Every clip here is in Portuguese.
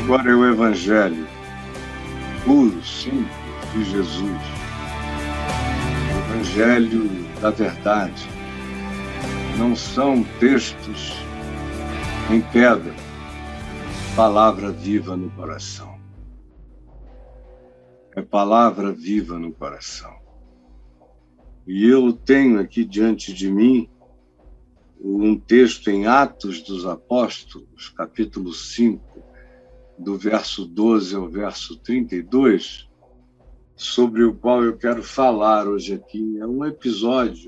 Agora é o Evangelho puro, simples, de Jesus. O Evangelho da verdade. Não são textos em pedra, palavra viva no coração. É palavra viva no coração. E eu tenho aqui diante de mim um texto em Atos dos Apóstolos, capítulo 5, do verso 12 ao verso 32, sobre o qual eu quero falar hoje aqui. É um episódio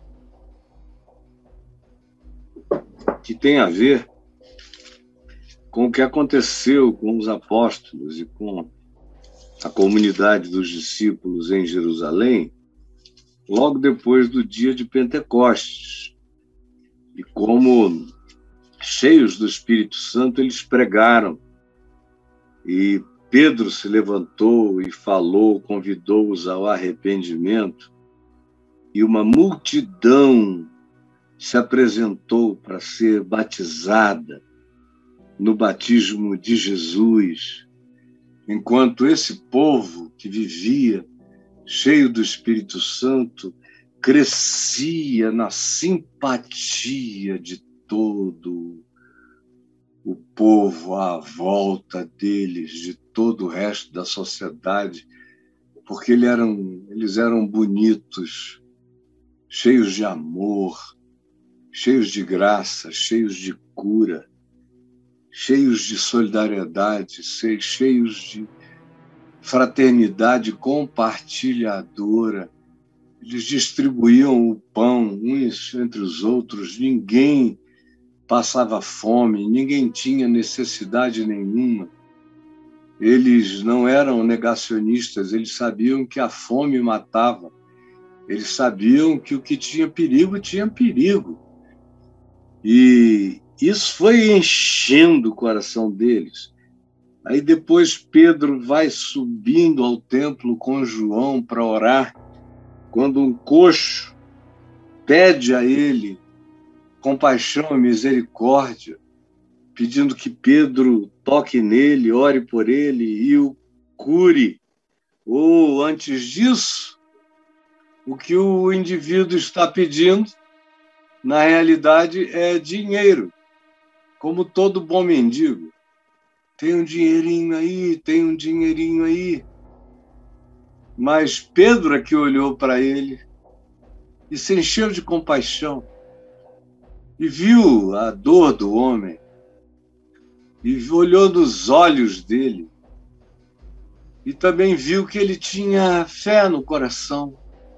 que tem a ver com o que aconteceu com os apóstolos e com a comunidade dos discípulos em Jerusalém, logo depois do dia de Pentecostes. E como, cheios do Espírito Santo, eles pregaram. E Pedro se levantou e falou, convidou-os ao arrependimento, e uma multidão se apresentou para ser batizada no batismo de Jesus, enquanto esse povo que vivia cheio do Espírito Santo crescia na simpatia de todo o povo à volta deles, de todo o resto da sociedade, porque eles eram bonitos, cheios de amor, cheios de graça, cheios de cura, cheios de solidariedade, cheios de fraternidade compartilhadora. Eles distribuíam o pão uns entre os outros, ninguém passava fome, ninguém tinha necessidade nenhuma. Eles não eram negacionistas, eles sabiam que a fome matava, eles sabiam que o que tinha perigo. E isso foi enchendo o coração deles. Aí depois Pedro vai subindo ao templo com João para orar, quando um coxo pede a ele compaixão e misericórdia, pedindo que Pedro toque nele, ore por ele e o cure. Ou, antes disso, o que o indivíduo está pedindo, na realidade, é dinheiro, como todo bom mendigo. Tem um dinheirinho aí. Mas Pedro é que olhou para ele e se encheu de compaixão e viu a dor do homem e olhou nos olhos dele e também viu que ele tinha fé no coração.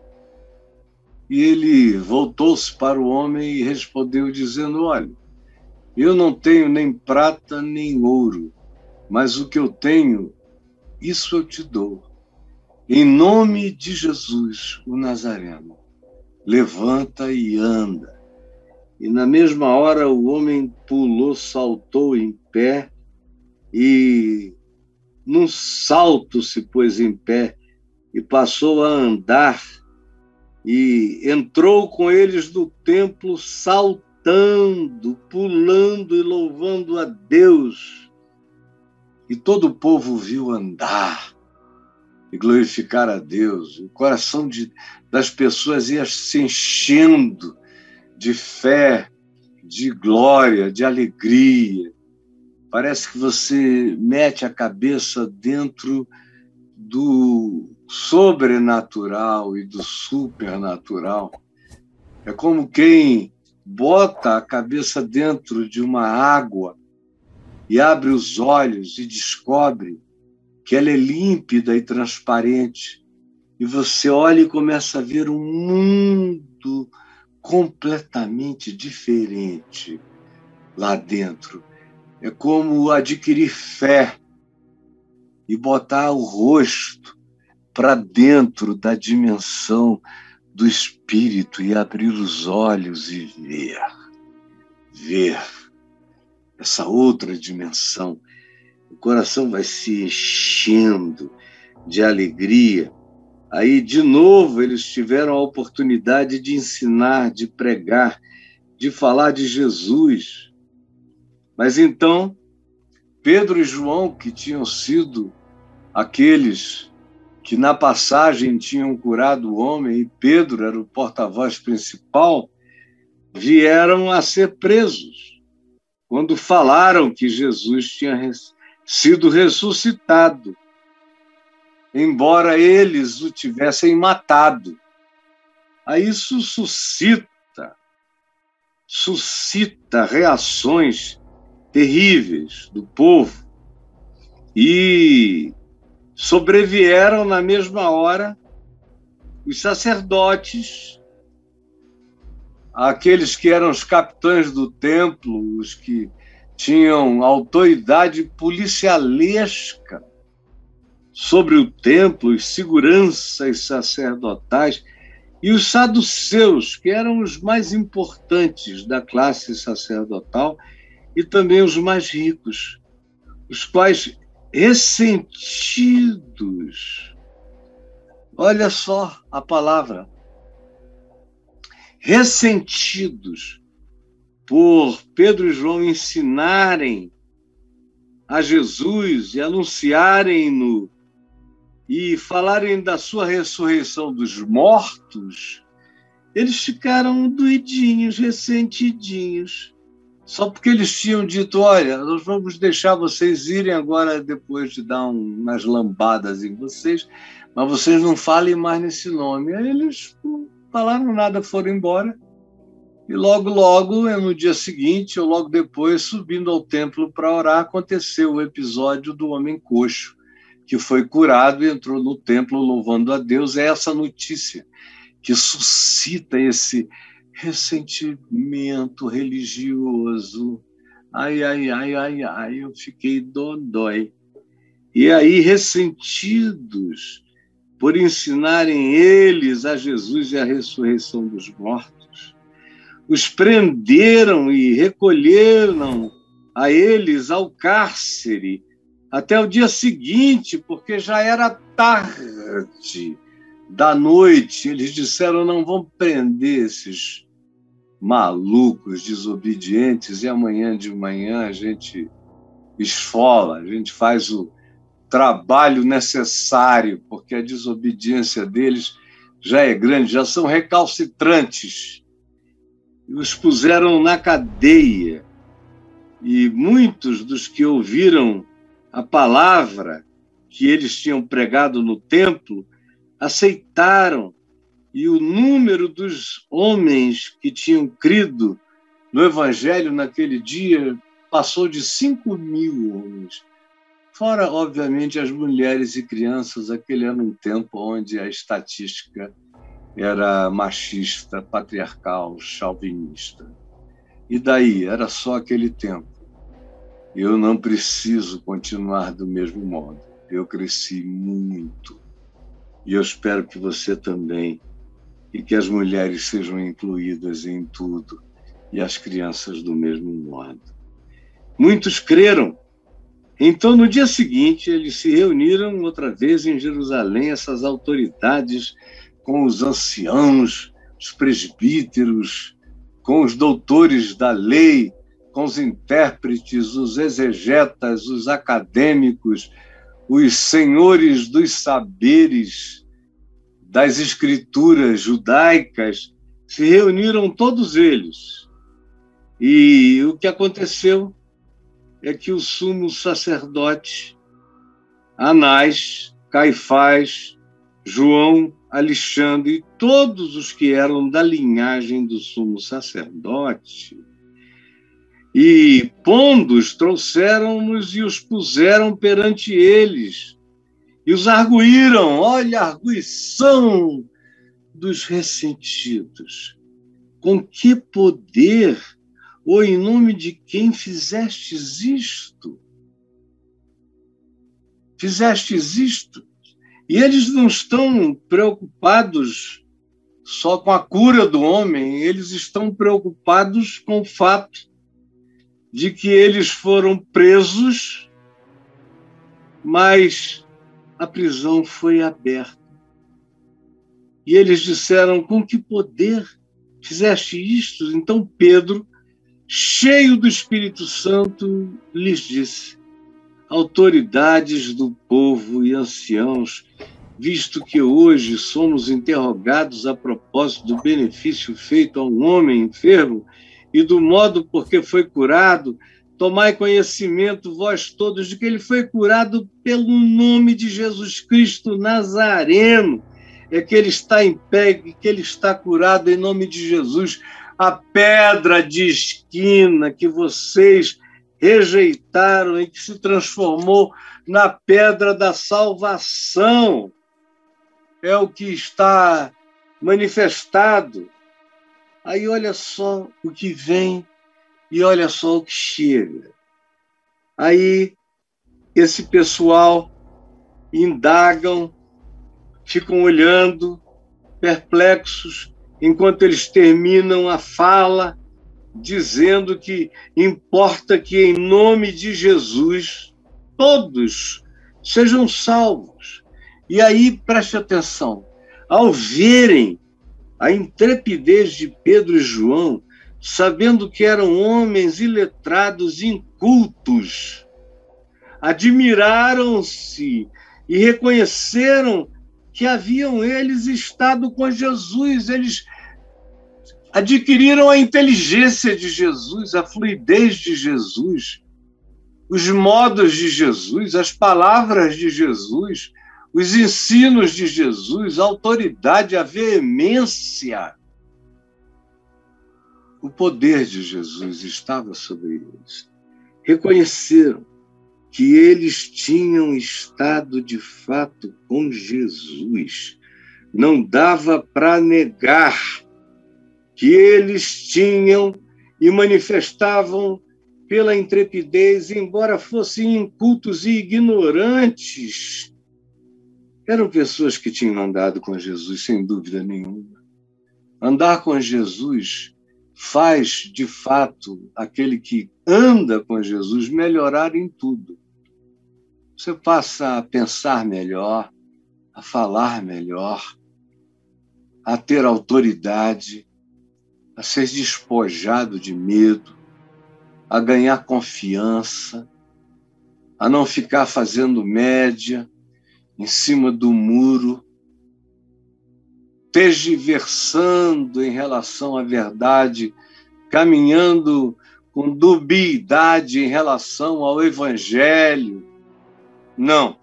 E ele voltou-se para o homem e respondeu dizendo: olha, eu não tenho nem prata nem ouro, mas o que eu tenho, isso eu te dou. Em nome de Jesus, o Nazareno, levanta e anda. E na mesma hora o homem pulou, saltou em pé e num salto se pôs em pé e passou a andar e entrou com eles no templo saltando, pulando e louvando a Deus. E todo o povo viu andar e glorificar a Deus. O coração das pessoas ia se enchendo de fé, de glória, de alegria. Parece que você mete a cabeça dentro do sobrenatural e do supernatural. É como quem bota a cabeça dentro de uma água e abre os olhos e descobre que ela é límpida e transparente. E você olha e começa a ver um mundo completamente diferente lá dentro. É como adquirir fé e botar o rosto para dentro da dimensão do espírito e abrir os olhos e ver essa outra dimensão. O coração vai se enchendo de alegria. Aí, de novo, eles tiveram a oportunidade de ensinar, de pregar, de falar de Jesus. Mas então, Pedro e João, que tinham sido aqueles que na passagem tinham curado o homem, e Pedro era o porta-voz principal, vieram a ser presos quando falaram que Jesus tinha sido ressuscitado, embora eles o tivessem matado. Aí isso suscita reações terríveis do povo, e sobrevieram na mesma hora os sacerdotes, aqueles que eram os capitães do templo, os que tinham autoridade policialesca sobre o templo, os seguranças sacerdotais, e os saduceus, que eram os mais importantes da classe sacerdotal e também os mais ricos, os quais, ressentidos, olha só a palavra, ressentidos por Pedro e João ensinarem a Jesus e anunciarem-no e falarem da sua ressurreição dos mortos, eles ficaram doidinhos, ressentidinhos, só porque eles tinham dito: olha, nós vamos deixar vocês irem agora depois de dar umas lambadas em vocês, mas vocês não falem mais nesse nome. Aí eles não falaram nada, foram embora. E logo, no dia seguinte, ou logo depois, subindo ao templo para orar, aconteceu o episódio do homem coxo, que foi curado e entrou no templo louvando a Deus. É essa notícia que suscita esse ressentimento religioso. Ai, eu fiquei dodói. E aí, ressentidos por ensinarem eles a Jesus e a ressurreição dos mortos, os prenderam e recolheram a eles ao cárcere até o dia seguinte, porque já era tarde da noite. Eles disseram: não vamos prender esses malucos, desobedientes, e amanhã de manhã a gente esfola, a gente faz o trabalho necessário, porque a desobediência deles já é grande, já são recalcitrantes. E os puseram na cadeia. E muitos dos que ouviram a palavra que eles tinham pregado no templo aceitaram, e o número dos homens que tinham crido no Evangelho naquele dia passou de 5.000 homens. Fora, obviamente, as mulheres e crianças. Aquele era um tempo onde a estatística era machista, patriarcal, chauvinista. E daí? Era só aquele tempo. Eu não preciso continuar do mesmo modo. Eu cresci muito. E eu espero que você também. E que as mulheres sejam incluídas em tudo. E as crianças do mesmo modo. Muitos creram. Então, no dia seguinte, eles se reuniram outra vez em Jerusalém, essas autoridades, com os anciãos, os presbíteros, com os doutores da lei, com os intérpretes, os exegetas, os acadêmicos, os senhores dos saberes das escrituras judaicas. Se reuniram todos eles. E o que aconteceu é que o sumo sacerdote, Anás, Caifás, João, Alexandre e todos os que eram da linhagem do sumo sacerdote, e pondo-os, trouxeram-nos e os puseram perante eles, e os arguíram. Olha a arguição dos ressentidos. Com que poder ou em nome de quem fizestes isto? Fizestes isto? E eles não estão preocupados só com a cura do homem, eles estão preocupados com o fato de que eles foram presos, mas a prisão foi aberta. E eles disseram: com que poder fizeste isto? Então Pedro, cheio do Espírito Santo, lhes disse: autoridades do povo e anciãos, visto que hoje somos interrogados a propósito do benefício feito a um homem enfermo e do modo por que foi curado, tomai conhecimento, vós todos, de que ele foi curado pelo nome de Jesus Cristo Nazareno. É que ele está em pé e que ele está curado em nome de Jesus. A pedra de esquina que vocês rejeitaram e que se transformou na pedra da salvação é o que está manifestado. Aí olha só o que vem e olha só o que chega. Aí esse pessoal indagam, ficam olhando, perplexos, enquanto eles terminam a fala, dizendo que importa que, em nome de Jesus, todos sejam salvos. E aí, preste atenção, ao verem a intrepidez de Pedro e João, sabendo que eram homens iletrados, incultos, admiraram-se e reconheceram que haviam eles estado com Jesus, eles adquiriram a inteligência de Jesus, a fluidez de Jesus, os modos de Jesus, as palavras de Jesus, os ensinos de Jesus, a autoridade, a veemência. O poder de Jesus estava sobre eles. Reconheceram que eles tinham estado de fato com Jesus. Não dava para negar que eles tinham e manifestavam pela intrepidez, embora fossem incultos e ignorantes. Eram pessoas que tinham andado com Jesus, sem dúvida nenhuma. Andar com Jesus faz, de fato, aquele que anda com Jesus melhorar em tudo. Você passa a pensar melhor, a falar melhor, a ter autoridade, a ser despojado de medo, a ganhar confiança, a não ficar fazendo média em cima do muro, tergiversando em relação à verdade, caminhando com dubiedade em relação ao Evangelho. Não.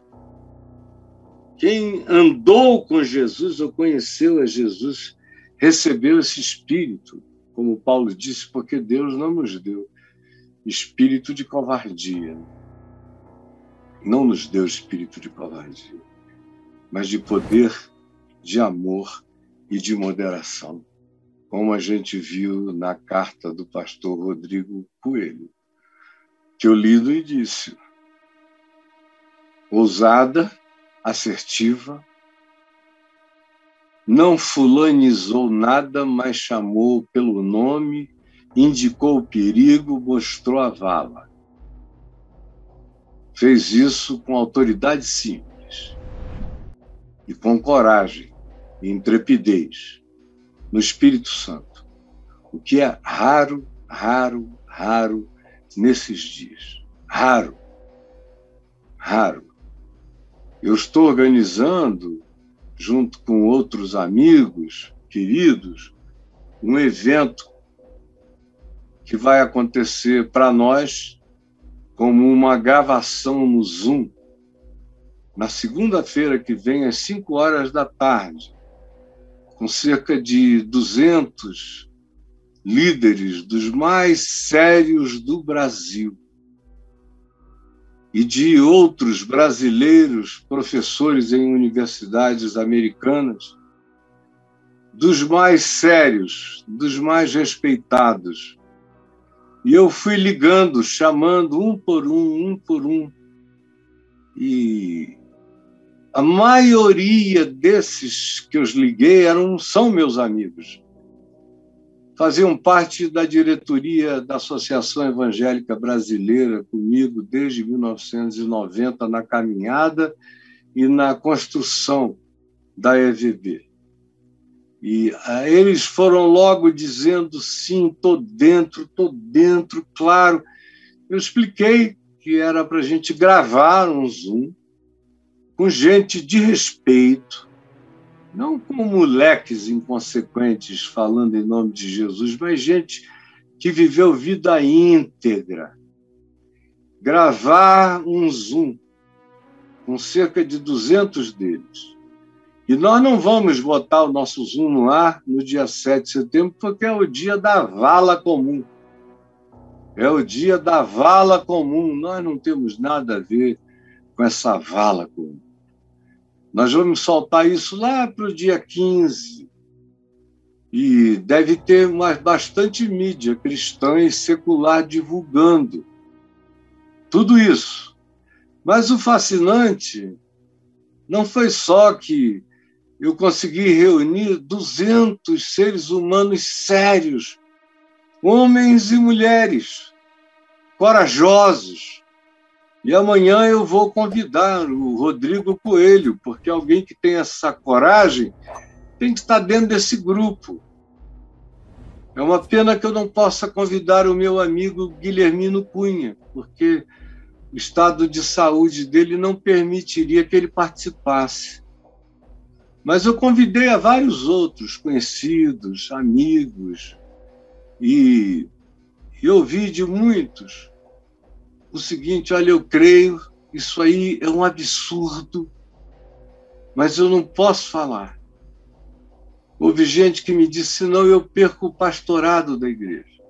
Quem andou com Jesus ou conheceu a Jesus recebeu esse espírito, como Paulo disse, porque Deus não nos deu espírito de covardia. Não nos deu espírito de covardia, mas de poder, de amor e de moderação, como a gente viu na carta do pastor Rodrigo Coelho, que eu li no início. Ousada, assertiva, não fulanizou nada, mas chamou pelo nome, indicou o perigo, mostrou a vala. Fez isso com autoridade simples e com coragem e intrepidez no Espírito Santo, o que é raro, raro, raro nesses dias. Raro, raro. Eu estou organizando, junto com outros amigos queridos, um evento que vai acontecer para nós como uma gravação no Zoom, na segunda-feira que vem, às 5 horas da tarde, com cerca de 200 líderes dos mais sérios do Brasil e de outros brasileiros, professores em universidades americanas, dos mais sérios, dos mais respeitados. E eu fui ligando, chamando um por um, e a maioria desses que eu liguei são meus amigos. Faziam parte da diretoria da Associação Evangélica Brasileira comigo desde 1990, na caminhada e na construção da EVB. E eles foram logo dizendo, sim, estou dentro, claro. Eu expliquei que era para a gente gravar um Zoom com gente de respeito, não com moleques inconsequentes falando em nome de Jesus, mas gente que viveu vida íntegra. Gravar um Zoom com cerca de 200 deles. E nós não vamos botar o nosso Zoom no ar no dia 7 de setembro, porque é o dia da vala comum. É o dia da vala comum. Nós não temos nada a ver com essa vala comum. Nós vamos soltar isso lá para o dia 15. E deve ter bastante mídia cristã e secular divulgando tudo isso. Mas o fascinante não foi só que eu consegui reunir 200 seres humanos sérios, homens e mulheres, corajosos. E amanhã eu vou convidar o Rodrigo Coelho, porque alguém que tem essa coragem tem que estar dentro desse grupo. É uma pena que eu não possa convidar o meu amigo Guilhermino Cunha, porque o estado de saúde dele não permitiria que ele participasse. Mas eu convidei a vários outros conhecidos, amigos, e ouvi de muitos o seguinte: olha, eu creio, isso aí é um absurdo, mas eu não posso falar. Houve gente que me disse: senão eu perco o pastorado da igreja.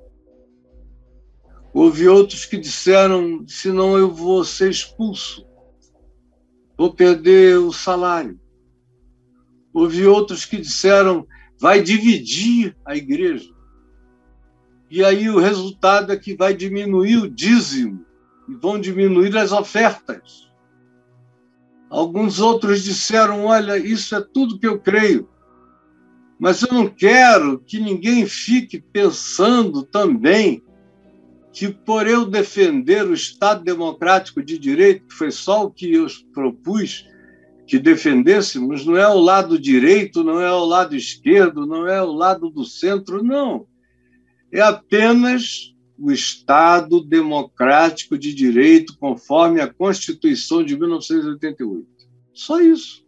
Houve outros que disseram: senão eu vou ser expulso, vou perder o salário. Houve outros que disseram: vai dividir a igreja. E aí o resultado é que vai diminuir o dízimo e vão diminuir as ofertas. Alguns outros disseram: olha, isso é tudo que eu creio, mas eu não quero que ninguém fique pensando também que por eu defender o Estado democrático de direito, que foi só o que eu propus que defendêssemos, não é o lado direito, não é o lado esquerdo, não é o lado do centro, não. É apenas o Estado democrático de direito, conforme a Constituição de 1988. Só isso.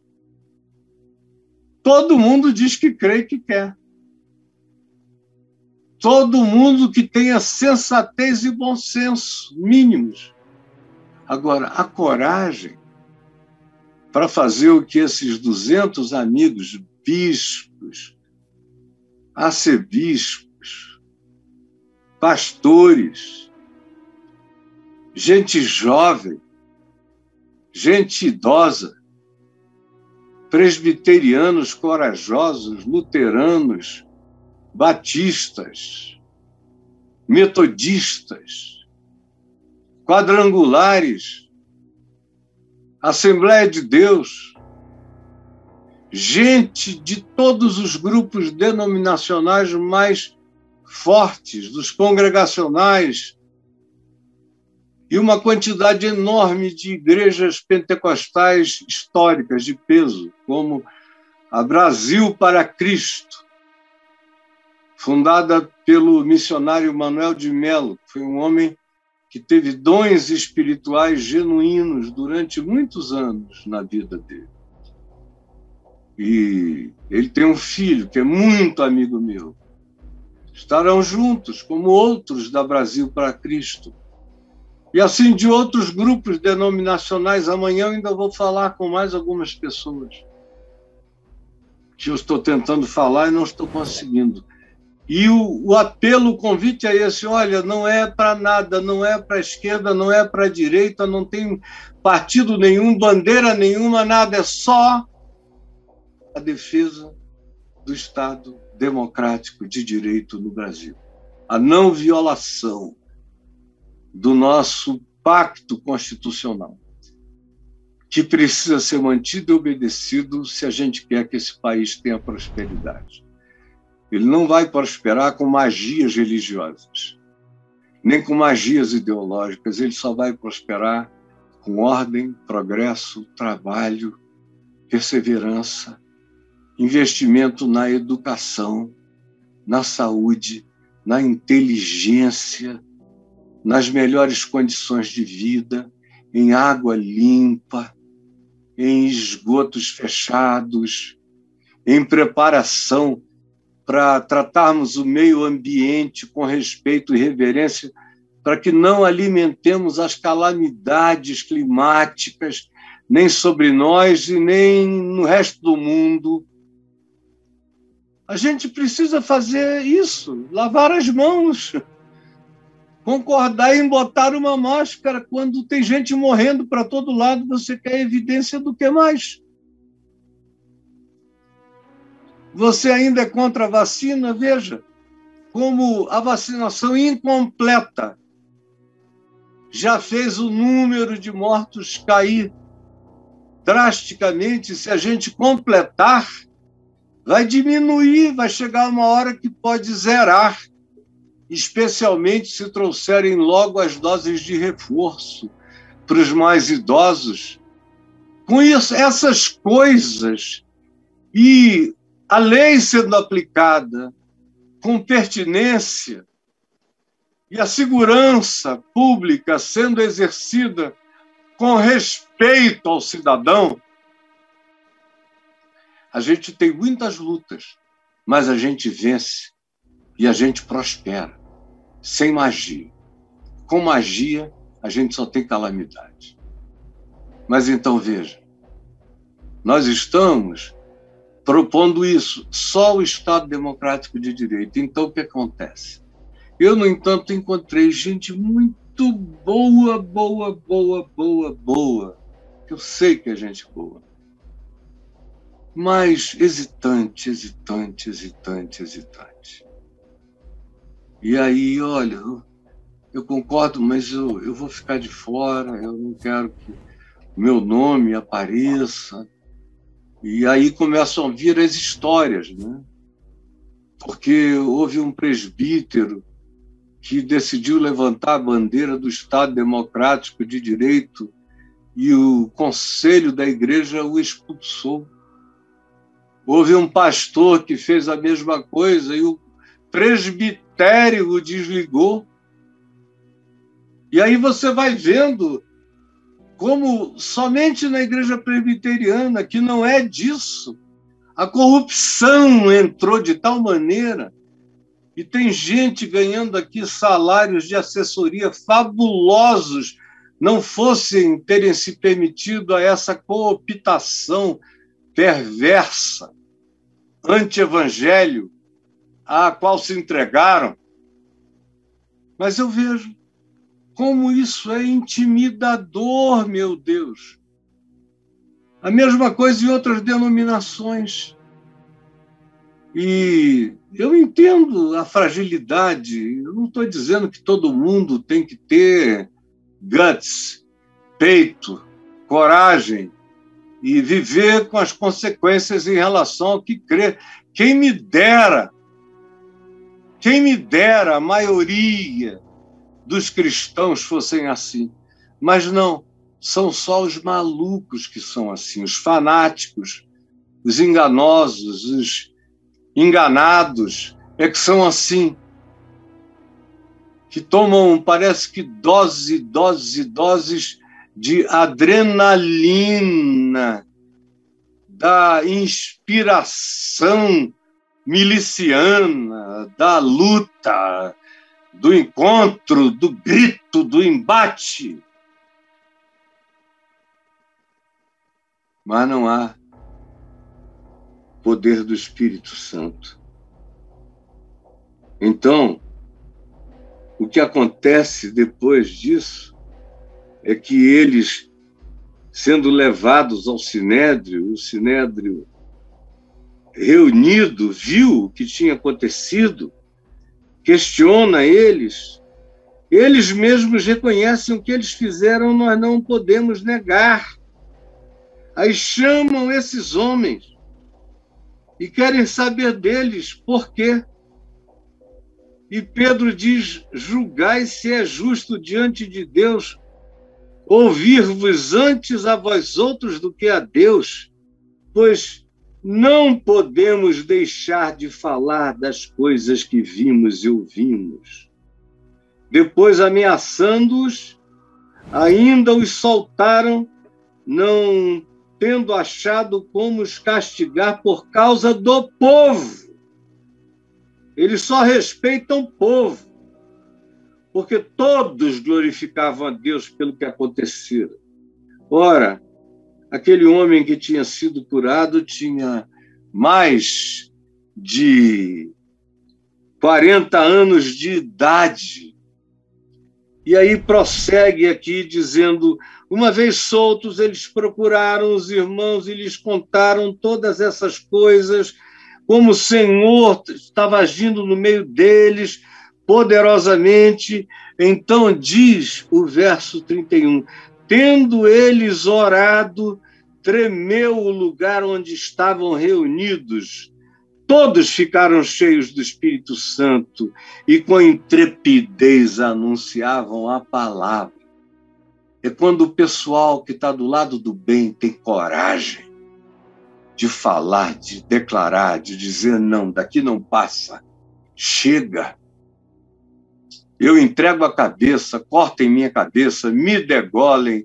Todo mundo diz que crê e que quer. Todo mundo que tenha sensatez e bom senso mínimos. Agora, a coragem para fazer o que esses 200 amigos, bispos, arcebispos, pastores, gente jovem, gente idosa, presbiterianos corajosos, luteranos, batistas, metodistas, quadrangulares, Assembleia de Deus, gente de todos os grupos denominacionais mais fortes, dos congregacionais, e uma quantidade enorme de igrejas pentecostais históricas de peso, como a Brasil para Cristo, fundada pelo missionário Manuel de Melo, que foi um homem que teve dons espirituais genuínos durante muitos anos na vida dele. E ele tem um filho que é muito amigo meu. Estarão juntos, como outros da Brasil para Cristo. E assim de outros grupos denominacionais. Amanhã eu ainda vou falar com mais algumas pessoas que eu estou tentando falar e não estou conseguindo. E o apelo, o convite é esse: olha, não é para nada, não é para a esquerda, não é para a direita, não tem partido nenhum, bandeira nenhuma, nada, é só a defesa do Estado democrático de direito no Brasil. A não violação do nosso pacto constitucional, que precisa ser mantido e obedecido se a gente quer que esse país tenha prosperidade. Ele não vai prosperar com magias religiosas, nem com magias ideológicas. Ele só vai prosperar com ordem, progresso, trabalho, perseverança, investimento na educação, na saúde, na inteligência, nas melhores condições de vida, em água limpa, em esgotos fechados, em preparação para tratarmos o meio ambiente com respeito e reverência, para que não alimentemos as calamidades climáticas, nem sobre nós e nem no resto do mundo. A gente precisa fazer isso, lavar as mãos, concordar em botar uma máscara. Quando tem gente morrendo para todo lado, você quer evidência do que mais? Você ainda é contra a vacina? Veja como a vacinação incompleta já fez o número de mortos cair drasticamente. Se a gente completar, vai diminuir, vai chegar uma hora que pode zerar, especialmente se trouxerem logo as doses de reforço para os mais idosos. Com isso, essas coisas e a lei sendo aplicada com pertinência e a segurança pública sendo exercida com respeito ao cidadão, a gente tem muitas lutas, mas a gente vence e a gente prospera, sem magia. Com magia, a gente só tem calamidade. Mas então, veja, nós estamos propondo isso, só o Estado Democrático de Direito. Então, o que acontece? Eu, no entanto, encontrei gente muito boa. Eu sei que é gente boa, mas hesitante. E aí, olha, eu concordo, mas eu vou ficar de fora, eu não quero que o meu nome apareça. E aí começam a vir as histórias, né? Porque houve um presbítero que decidiu levantar a bandeira do Estado Democrático de Direito e o conselho da igreja o expulsou. Houve um pastor que fez a mesma coisa e o presbitério o desligou. E aí você vai vendo como somente na igreja presbiteriana, que não é disso, a corrupção entrou de tal maneira, e tem gente ganhando aqui salários de assessoria fabulosos, não fossem terem se permitido a essa cooptação perversa, anti-evangelho, à qual se entregaram. Mas eu vejo como isso é intimidador, meu Deus. A mesma coisa em outras denominações. E eu entendo a fragilidade. Eu não estou dizendo que todo mundo tem que ter guts, peito, coragem e viver com as consequências em relação ao que crê. Quem me dera a maioria dos cristãos fossem assim. Mas não, são só os malucos que são assim, os fanáticos, os enganosos, os enganados, é que são assim, que tomam, parece que doses de adrenalina, da inspiração miliciana, da luta, do encontro, do grito, do embate. Mas não há poder do Espírito Santo. Então, o que acontece depois disso é que eles, sendo levados ao Sinédrio, o Sinédrio reunido, viu o que tinha acontecido, questiona eles mesmos reconhecem o que eles fizeram, nós não podemos negar. Aí chamam esses homens e querem saber deles por quê. E Pedro diz: julgai se é justo diante de Deus ouvir-vos antes a vós outros do que a Deus, pois não podemos deixar de falar das coisas que vimos e ouvimos. Depois, ameaçando-os, ainda os soltaram, não tendo achado como os castigar por causa do povo. Eles só respeitam o povo, porque todos glorificavam a Deus pelo que acontecera. Ora, aquele homem que tinha sido curado tinha mais de 40 anos de idade. E aí prossegue aqui dizendo: uma vez soltos, eles procuraram os irmãos e lhes contaram todas essas coisas, como o Senhor estava agindo no meio deles poderosamente. Então diz o verso 31, tendo eles orado, tremeu o lugar onde estavam reunidos. Todos ficaram cheios do Espírito Santo e com intrepidez anunciavam a palavra. É quando o pessoal que está do lado do bem tem coragem de falar, de declarar, de dizer não, daqui não passa, chega. Eu entrego a cabeça, cortem minha cabeça, me degolem,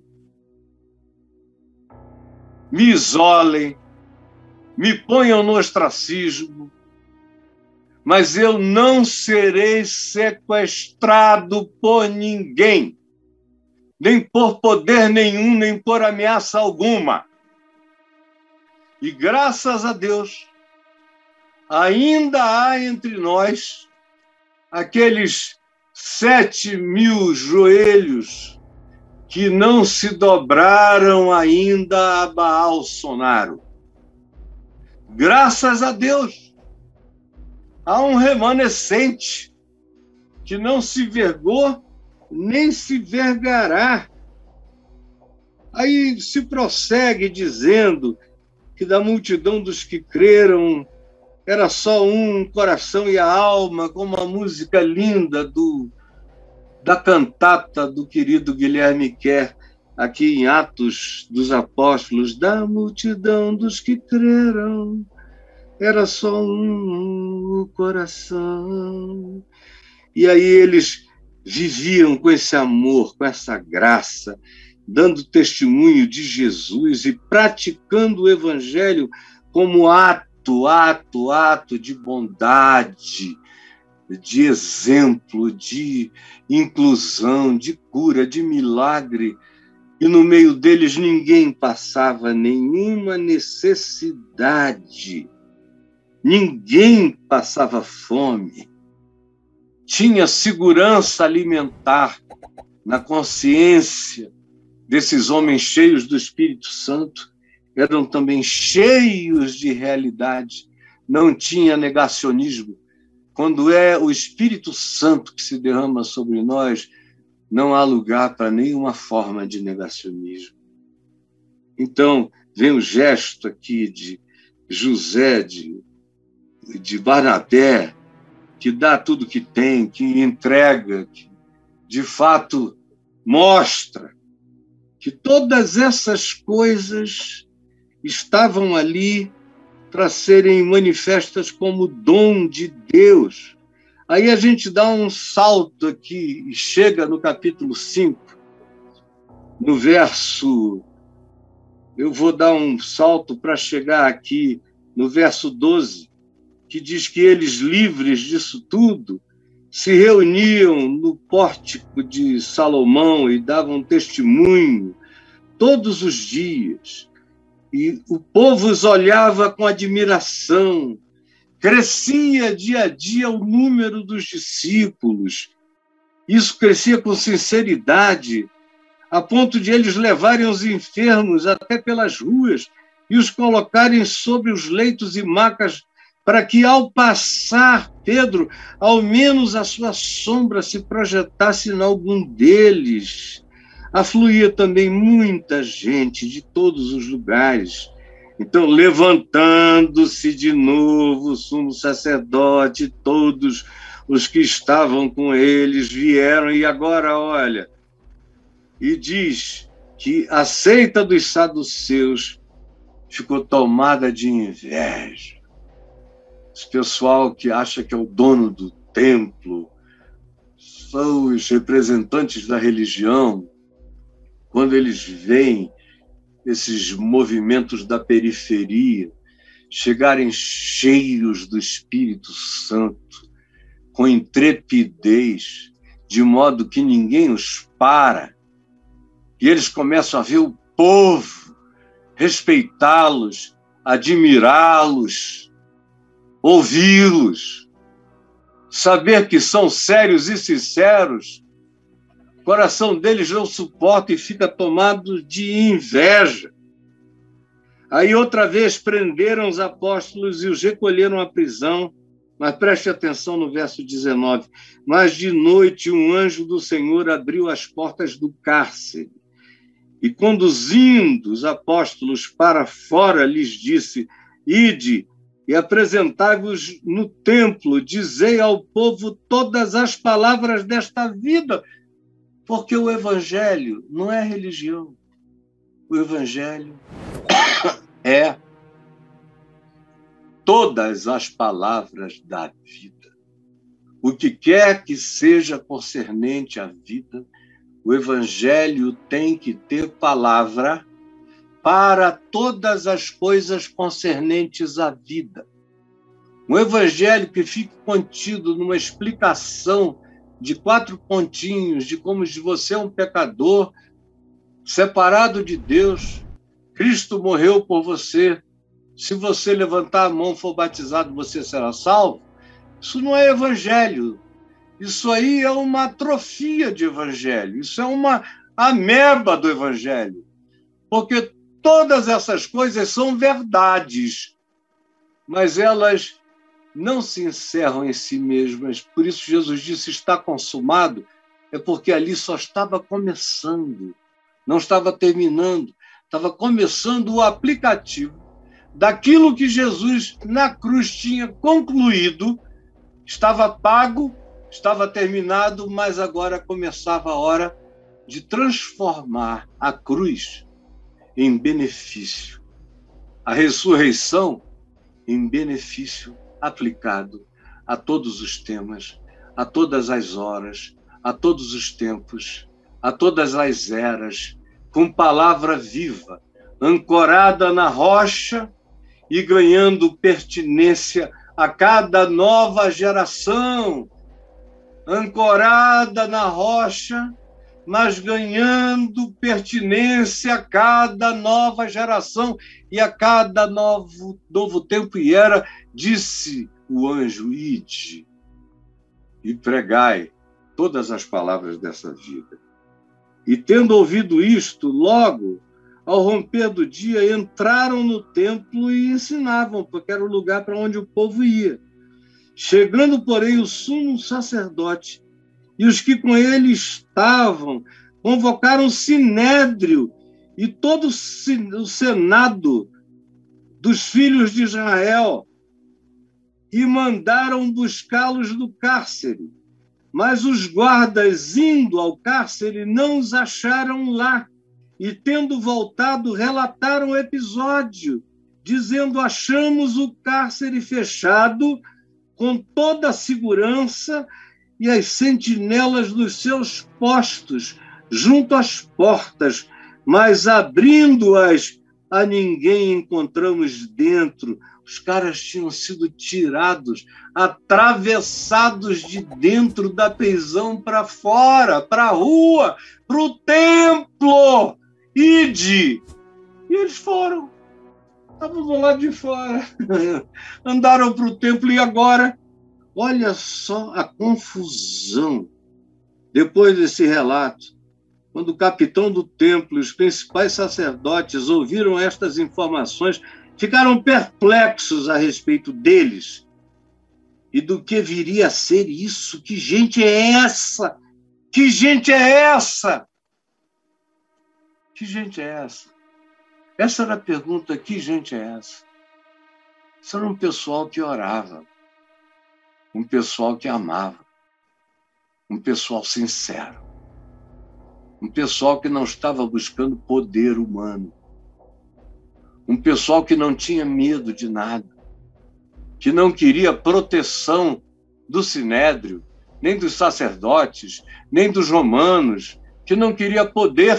me isolem, me ponham no ostracismo, mas eu não serei sequestrado por ninguém, nem por poder nenhum, nem por ameaça alguma. E graças a Deus, ainda há entre nós aqueles 7.000 joelhos que não se dobraram ainda a Bolsonaro. Graças a Deus, há um remanescente que não se vergou nem se vergará. Aí se prossegue dizendo que da multidão dos que creram era só um coração e a alma, como a música linda da cantata do querido Guilherme Kerr, aqui em Atos dos Apóstolos, da multidão dos que creram, era só um coração. E aí eles viviam com esse amor, com essa graça, dando testemunho de Jesus e praticando o Evangelho como ato de bondade, de exemplo, de inclusão, de cura, de milagre. E no meio deles ninguém passava nenhuma necessidade, ninguém passava fome, tinha segurança alimentar na consciência desses homens cheios do Espírito Santo, eram também cheios de realidade, não tinha negacionismo. Quando é o Espírito Santo que se derrama sobre nós, não há lugar para nenhuma forma de negacionismo. Então, vem o gesto aqui de José, de Barnabé, que dá tudo que tem, que entrega, que de fato mostra que todas essas coisas estavam ali para serem manifestas como dom de Deus. Aí a gente dá um salto aqui e chega no capítulo 5, no verso... Eu vou dar um salto para chegar aqui no verso 12, que diz que eles, livres disso tudo, se reuniam no pórtico de Salomão e davam testemunho todos os dias. E o povo os olhava com admiração. Crescia dia a dia o número dos discípulos. Isso crescia com sinceridade, a ponto de eles levarem os enfermos até pelas ruas e os colocarem sobre os leitos e macas para que, ao passar Pedro, ao menos a sua sombra se projetasse em algum deles. Afluía também muita gente de todos os lugares. Então, levantando-se de novo o sumo sacerdote, todos os que estavam com eles vieram, e agora, olha, e diz que a seita dos saduceus ficou tomada de inveja. Esse pessoal que acha que é o dono do templo, os representantes da religião, quando eles veem esses movimentos da periferia chegarem cheios do Espírito Santo, com intrepidez, de modo que ninguém os para, e eles começam a ver o povo, respeitá-los, admirá-los, ouvi-los, saber que são sérios e sinceros, o coração deles não suporta e fica tomado de inveja. Aí outra vez prenderam os apóstolos e os recolheram à prisão, mas preste atenção no verso 19. Mas de noite um anjo do Senhor abriu as portas do cárcere e, conduzindo os apóstolos para fora, lhes disse: Ide e apresentai-vos no templo, dizei ao povo todas as palavras desta vida, porque o evangelho não é religião. O evangelho é todas as palavras da vida. O que quer que seja concernente à vida, o evangelho tem que ter palavra para todas as coisas concernentes à vida. Um evangelho que fique contido numa explicação de 4 pontinhos de como você é um pecador, separado de Deus, Cristo morreu por você, se você levantar a mão e for batizado, você será salvo. Isso não é evangelho. Isso aí é uma atrofia de evangelho. Isso é uma ameba do evangelho. Porque todas essas coisas são verdades, mas elas não se encerram em si mesmas. Por isso Jesus disse: está consumado, é porque ali só estava começando, não estava terminando, estava começando o aplicativo daquilo que Jesus na cruz tinha concluído, estava pago, estava terminado, mas agora começava a hora de transformar a cruz em benefício, a ressurreição em benefício aplicado a todos os temas, a todas as horas, a todos os tempos, a todas as eras, com palavra viva, ancorada na rocha e ganhando pertinência a cada nova geração, ancorada na rocha, mas ganhando pertinência a cada nova geração e a cada novo tempo e era, disse o anjo: ide e pregai todas as palavras dessa vida. E tendo ouvido isto, logo, ao romper do dia, entraram no templo e ensinavam, porque era o lugar para onde o povo ia. Chegando, porém, o sumo sacerdote e os que com ele estavam, convocaram o sinédrio e todo o senado dos filhos de Israel e mandaram buscá-los do cárcere. Mas os guardas, indo ao cárcere, não os acharam lá. E, tendo voltado, relataram o episódio, dizendo: achamos o cárcere fechado, com toda a segurança, e as sentinelas dos seus postos, junto às portas, mas abrindo-as, a ninguém encontramos dentro. Os caras tinham sido tirados, atravessados de dentro da prisão para fora, para a rua, para o templo. Ide! E eles foram. Estavam do lado de fora. Andaram para o templo e agora, olha só a confusão. Depois desse relato, quando o capitão do templo e os principais sacerdotes ouviram estas informações, ficaram perplexos a respeito deles e do que viria a ser isso. Que gente é essa? Que gente é essa? Que gente é essa? Essa era a pergunta: que gente é essa? Isso era um pessoal que orava, um pessoal que amava, um pessoal sincero, um pessoal que não estava buscando poder humano, um pessoal que não tinha medo de nada, que não queria proteção do sinédrio, nem dos sacerdotes, nem dos romanos, que não queria poder.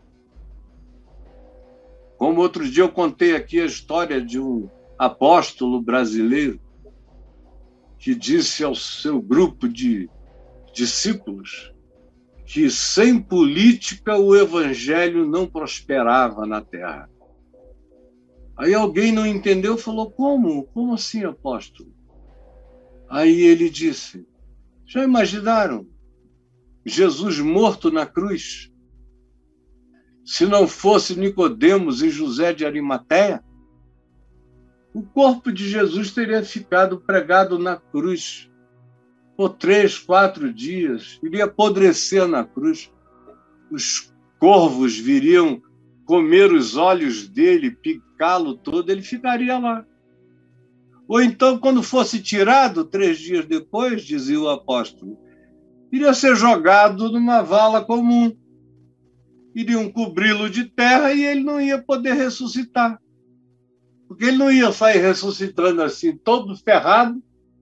Como outro dia eu contei aqui a história de um apóstolo brasileiro que disse ao seu grupo de discípulos que sem política o evangelho não prosperava na terra. Aí alguém não entendeu e falou, como? Como assim, apóstolo? Aí ele disse, já imaginaram Jesus morto na cruz? Se não fosse Nicodemos e José de Arimateia, o corpo de Jesus teria ficado pregado na cruz por 3, 4 dias, iria apodrecer na cruz. Os corvos viriam comer os olhos dele, picá-lo todo, ele ficaria lá. Ou então, quando fosse tirado, 3 dias depois, dizia o apóstolo, iria ser jogado numa vala comum. Iriam cobri-lo de terra e ele não ia poder ressuscitar. Porque ele não ia sair ressuscitando assim, todo ferrado,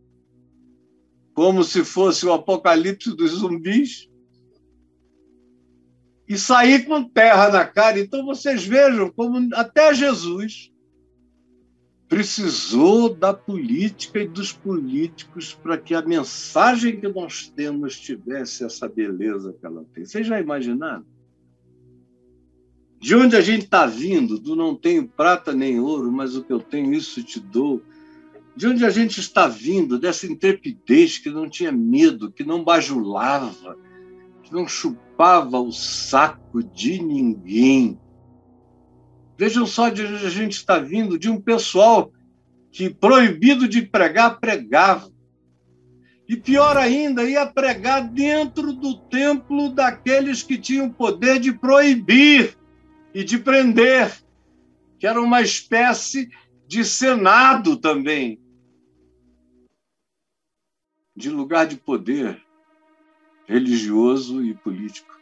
como se fosse o apocalipse dos zumbis, e sair com terra na cara. Então, vocês vejam como até Jesus precisou da política e dos políticos para que a mensagem que nós temos tivesse essa beleza que ela tem. Vocês já imaginaram? De onde a gente está vindo, do não tenho prata nem ouro, mas o que eu tenho, isso te dou. De onde a gente está vindo, dessa intrepidez que não tinha medo, que não bajulava, que não chupava o saco de ninguém. Vejam só de onde a gente está vindo, de um pessoal que, proibido de pregar, pregava. E pior ainda, ia pregar dentro do templo daqueles que tinham o poder de proibir e de prender, que era uma espécie de senado também, de lugar de poder religioso e político.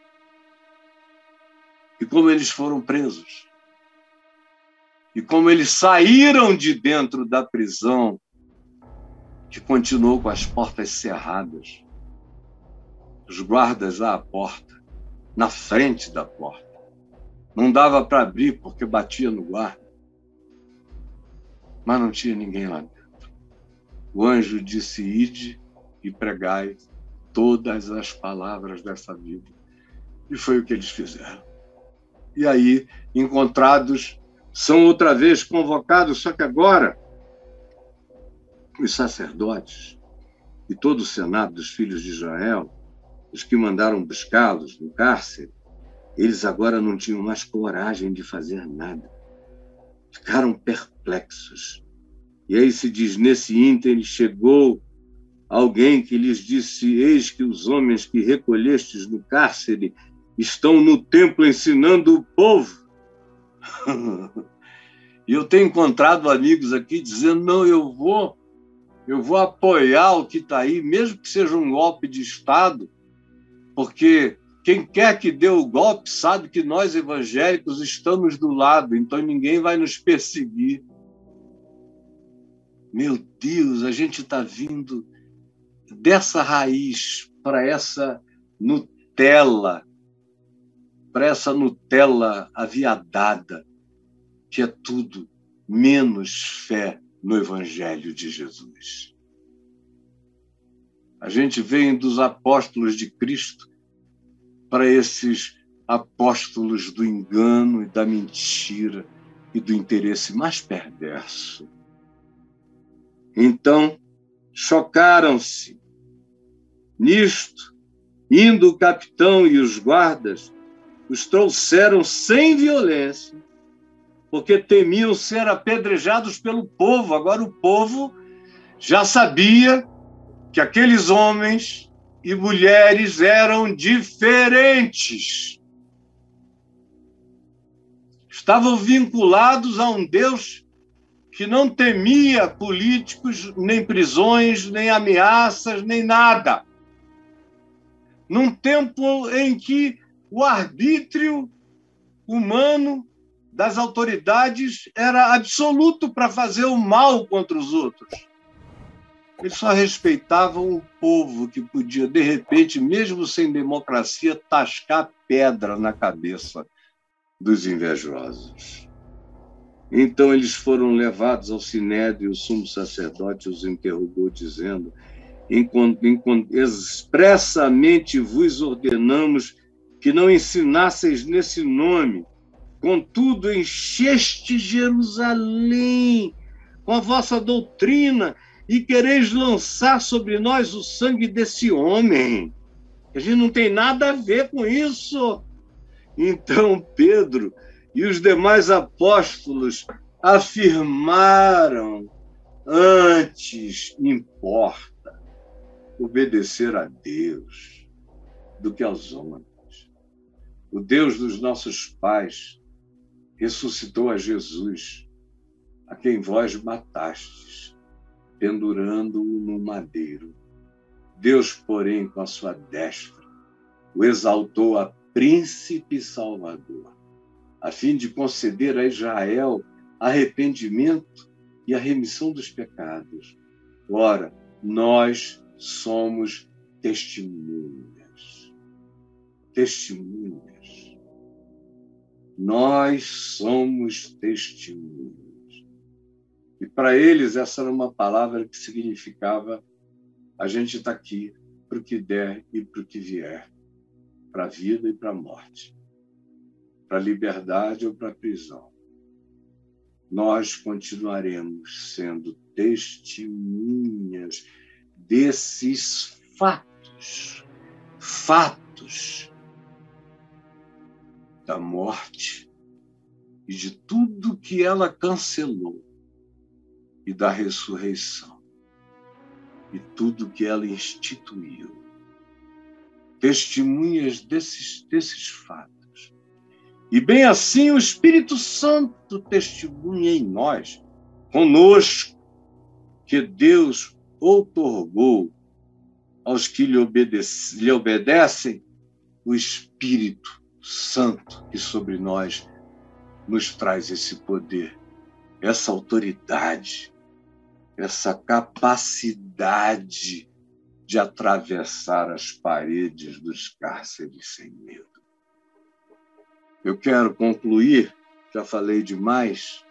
E como eles foram presos, e como eles saíram de dentro da prisão, que continuou com as portas cerradas, os guardas à porta, na frente da porta. Não dava para abrir porque batia no guarda. Mas não tinha ninguém lá dentro. O anjo disse, ide e pregai todas as palavras dessa vida. E foi o que eles fizeram. E aí, encontrados, são outra vez convocados, só que agora os sacerdotes e todo o senado dos filhos de Israel, os que mandaram buscá-los no cárcere, eles agora não tinham mais coragem de fazer nada. Ficaram perplexos. E aí se diz, nesse ínterim chegou alguém que lhes disse, eis que os homens que recolhestes no cárcere estão no templo ensinando o povo. E eu tenho encontrado amigos aqui dizendo, não, eu vou apoiar o que está aí, mesmo que seja um golpe de Estado, porque quem quer que dê o golpe sabe que nós evangélicos estamos do lado, então ninguém vai nos perseguir. Meu Deus, a gente está vindo dessa raiz para essa Nutella aviadada, que é tudo menos fé no Evangelho de Jesus. A gente vem dos apóstolos de Cristo para esses apóstolos do engano e da mentira e do interesse mais perverso. Então, chocaram-se nisto, indo o capitão e os guardas, os trouxeram sem violência, porque temiam ser apedrejados pelo povo. Agora o povo já sabia que aqueles homens e mulheres eram diferentes. Estavam vinculados a um Deus que não temia políticos, nem prisões, nem ameaças, nem nada. Num tempo em que o arbítrio humano das autoridades era absoluto para fazer o mal contra os outros. Eles só respeitavam o povo que podia, de repente, mesmo sem democracia, tascar pedra na cabeça dos invejosos. Então eles foram levados ao sinédrio e o sumo sacerdote os interrogou, dizendo: expressamente vos ordenamos que não ensinasseis nesse nome. Contudo, encheste Jerusalém com a vossa doutrina e quereis lançar sobre nós o sangue desse homem. A gente não tem nada a ver com isso. Então Pedro e os demais apóstolos afirmaram: antes importa obedecer a Deus do que aos homens. O Deus dos nossos pais ressuscitou a Jesus, a quem vós matastes, pendurando-o no madeiro. Deus, porém, com a sua destra, o exaltou a príncipe salvador, a fim de conceder a Israel arrependimento e a remissão dos pecados. Ora, nós somos testemunhas. Testemunhas. Nós somos testemunhas. E para eles essa era uma palavra que significava: a gente está aqui para o que der e para o que vier, para a vida e para a morte, para a liberdade ou para a prisão. Nós continuaremos sendo testemunhas desses fatos da morte e de tudo que ela cancelou, e da ressurreição e tudo que ela instituiu. Testemunhas desses fatos. E bem assim o Espírito Santo testemunha em nós, conosco, que Deus outorgou aos que lhe obedecem o Espírito Santo que sobre nós nos traz esse poder, essa autoridade, essa capacidade de atravessar as paredes dos cárceres sem medo. Eu quero concluir, já falei demais,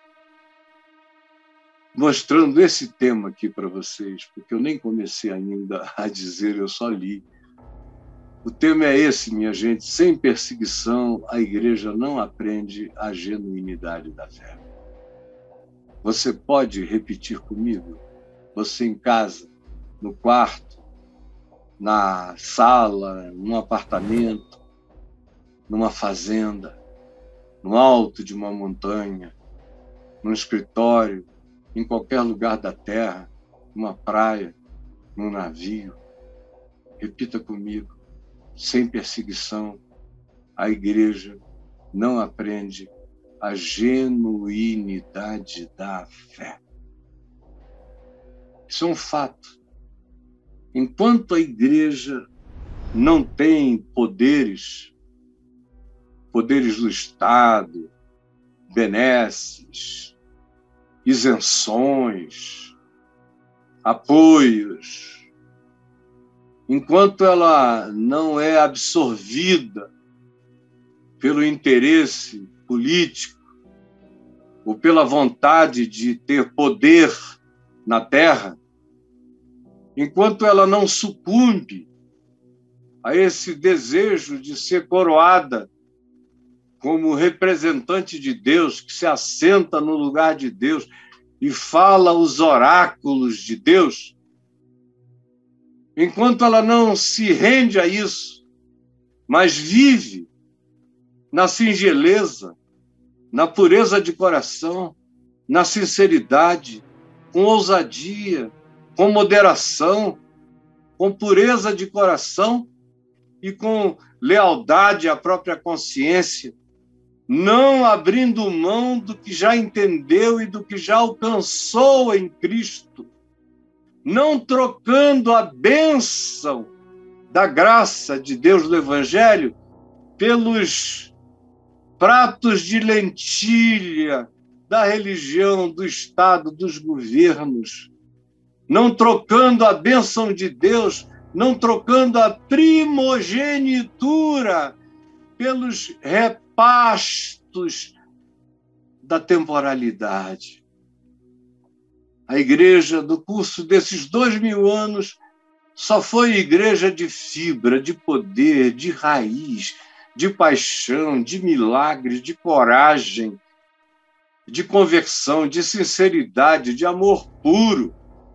mostrando esse tema aqui para vocês, porque eu nem comecei ainda a dizer, eu só li. O tema é esse, minha gente: sem perseguição, a igreja não aprende a genuinidade da fé. Você pode repetir comigo? Você em casa, no quarto, na sala, num apartamento, numa fazenda, no alto de uma montanha, num escritório, em qualquer lugar da terra, numa praia, num navio. Repita comigo: sem perseguição, a igreja não aprende a genuinidade da fé. Isso é um fato. Enquanto a igreja não tem poderes do Estado, benesses, isenções, apoios, enquanto ela não é absorvida pelo interesse político ou pela vontade de ter poder na terra, enquanto ela não sucumbe a esse desejo de ser coroada como representante de Deus, que se assenta no lugar de Deus e fala os oráculos de Deus, enquanto ela não se rende a isso, mas vive na singeleza, na pureza de coração, na sinceridade, com ousadia, com moderação, com pureza de coração e com lealdade à própria consciência, não abrindo mão do que já entendeu e do que já alcançou em Cristo, não trocando a bênção da graça de Deus do Evangelho pelos pratos de lentilha da religião, do Estado, dos governos, não trocando a bênção de Deus, não trocando a primogenitura pelos repastos da temporalidade. A igreja do curso desses 2000 anos só foi igreja de fibra, de poder, de raiz, de paixão, de milagres, de coragem, de conversão, de sinceridade, de amor puro.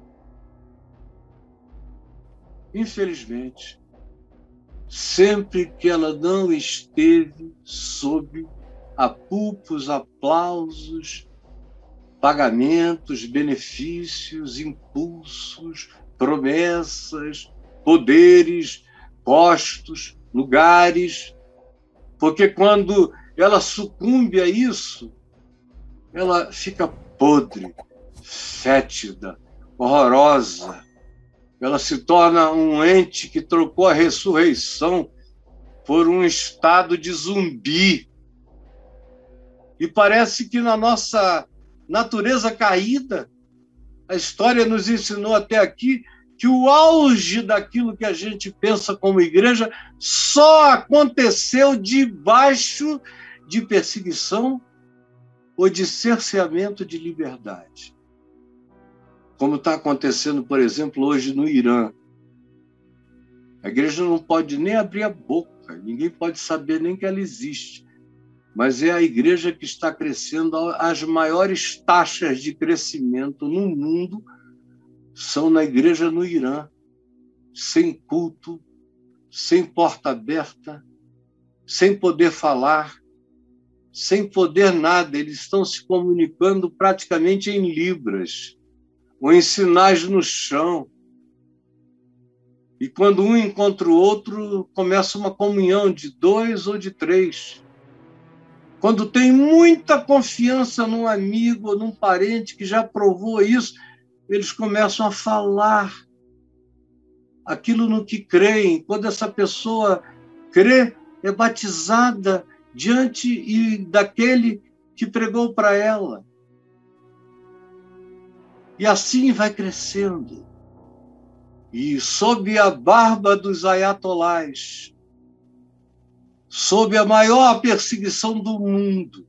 Infelizmente, sempre que ela não esteve sob apupos, aplausos, pagamentos, benefícios, impulsos, promessas, poderes, postos, lugares, porque quando ela sucumbe a isso, ela fica podre, fétida, horrorosa. Ela se torna um ente que trocou a ressurreição por um estado de zumbi. E parece que na nossa natureza caída, a história nos ensinou até aqui que o auge daquilo que a gente pensa como igreja só aconteceu debaixo de perseguição ou de cerceamento de liberdade. Como está acontecendo, por exemplo, hoje no Irã. A igreja não pode nem abrir a boca, ninguém pode saber nem que ela existe. Mas é a igreja que está crescendo, as maiores taxas de crescimento no mundo são na igreja no Irã, sem culto, sem porta aberta, sem poder falar, sem poder nada. Eles estão se comunicando praticamente em libras, ou em sinais no chão. E quando um encontra o outro, começa uma comunhão de 2 ou de 3. Quando tem muita confiança num amigo ou num parente que já provou isso, eles começam a falar aquilo no que creem. Quando essa pessoa crê, é batizada diante daquele que pregou para ela. E assim vai crescendo. E sob a barba dos ayatolás, sob a maior perseguição do mundo,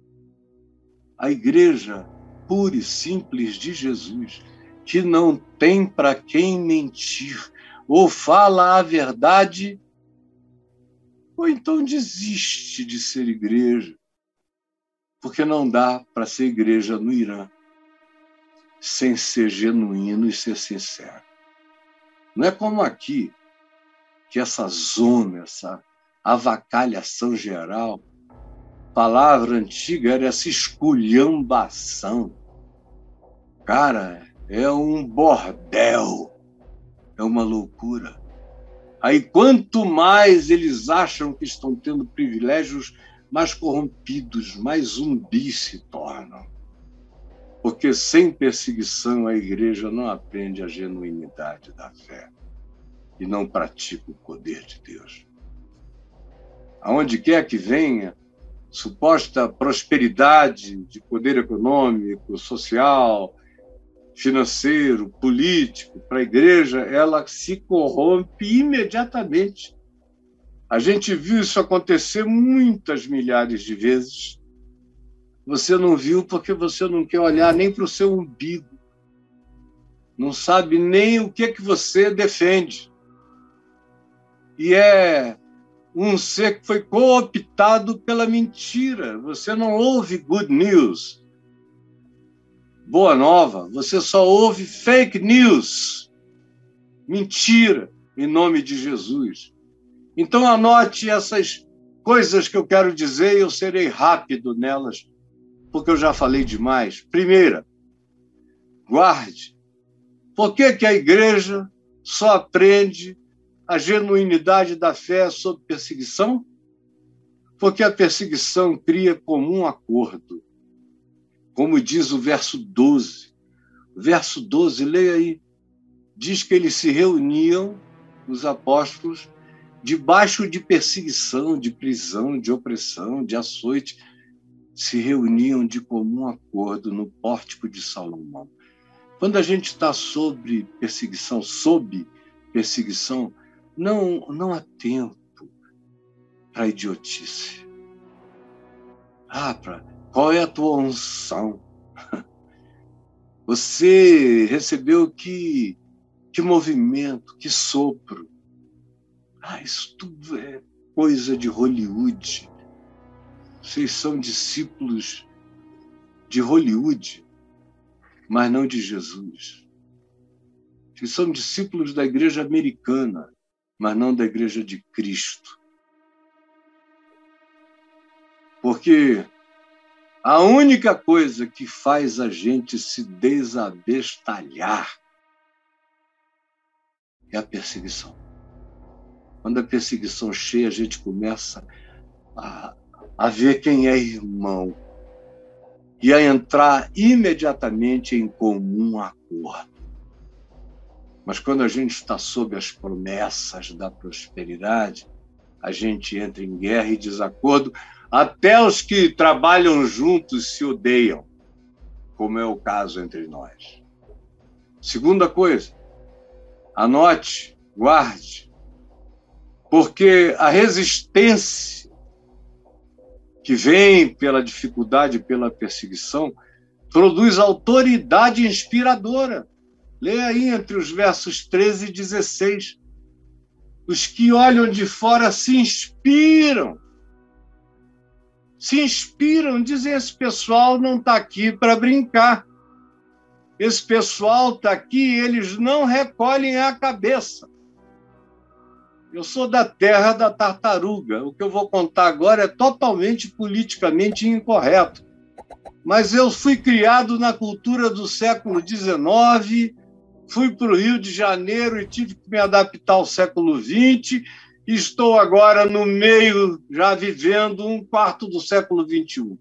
a igreja pura e simples de Jesus, que não tem para quem mentir, ou fala a verdade, ou então desiste de ser igreja, porque não dá para ser igreja no Irã sem ser genuíno e ser sincero. Não é como aqui, que essa zona, essa avacalhação geral, palavra antiga era essa esculhambação. Cara, é um bordel, é uma loucura. Aí, quanto mais eles acham que estão tendo privilégios, mais corrompidos, mais zumbis se tornam. Porque sem perseguição a igreja não aprende a genuinidade da fé e não pratica o poder de Deus. Aonde quer que venha, suposta prosperidade de poder econômico, social, financeiro, político, para a igreja, ela se corrompe imediatamente. A gente viu isso acontecer muitas milhares de vezes. Você não viu porque você não quer olhar nem para o seu umbigo. Não sabe nem o que você defende. E é um ser que foi cooptado pela mentira. Você não ouve good news, boa nova. Você só ouve fake news, mentira, em nome de Jesus. Então anote essas coisas que eu quero dizer e eu serei rápido nelas, porque eu já falei demais. Primeira, guarde. Por que a igreja só aprende a genuinidade da fé sob perseguição? Porque a perseguição cria comum acordo. Como diz o verso 12. O verso 12, leia aí. Diz que eles se reuniam, os apóstolos, debaixo de perseguição, de prisão, de opressão, de açoite, se reuniam de comum acordo no pórtico de Salomão. Quando a gente está sob perseguição, não há tempo para idiotice. Qual é a tua unção? Você recebeu que movimento, que sopro. Isso tudo é coisa de Hollywood. Vocês são discípulos de Hollywood, mas não de Jesus. Vocês são discípulos da igreja americana, mas não da igreja de Cristo. Porque a única coisa que faz a gente se desabestalhar é a perseguição. Quando a perseguição chega, a gente começa a ver quem é irmão e a entrar imediatamente em comum acordo. Mas quando a gente está sob as promessas da prosperidade, a gente entra em guerra e desacordo. Até os que trabalham juntos se odeiam, como é o caso entre nós. Segunda coisa, anote, guarde, porque a resistência que vem pela dificuldade, pela perseguição, produz autoridade inspiradora. Leia aí entre os versos 13 e 16. Os que olham de fora se inspiram, dizem: esse pessoal não está aqui para brincar. Esse pessoal está aqui, eles não recolhem a cabeça. Eu sou da terra da tartaruga. O que eu vou contar agora é totalmente politicamente incorreto. Mas eu fui criado na cultura do século XIX, fui para o Rio de Janeiro e tive que me adaptar ao século XX, e estou agora no meio, já vivendo um quarto do século XXI.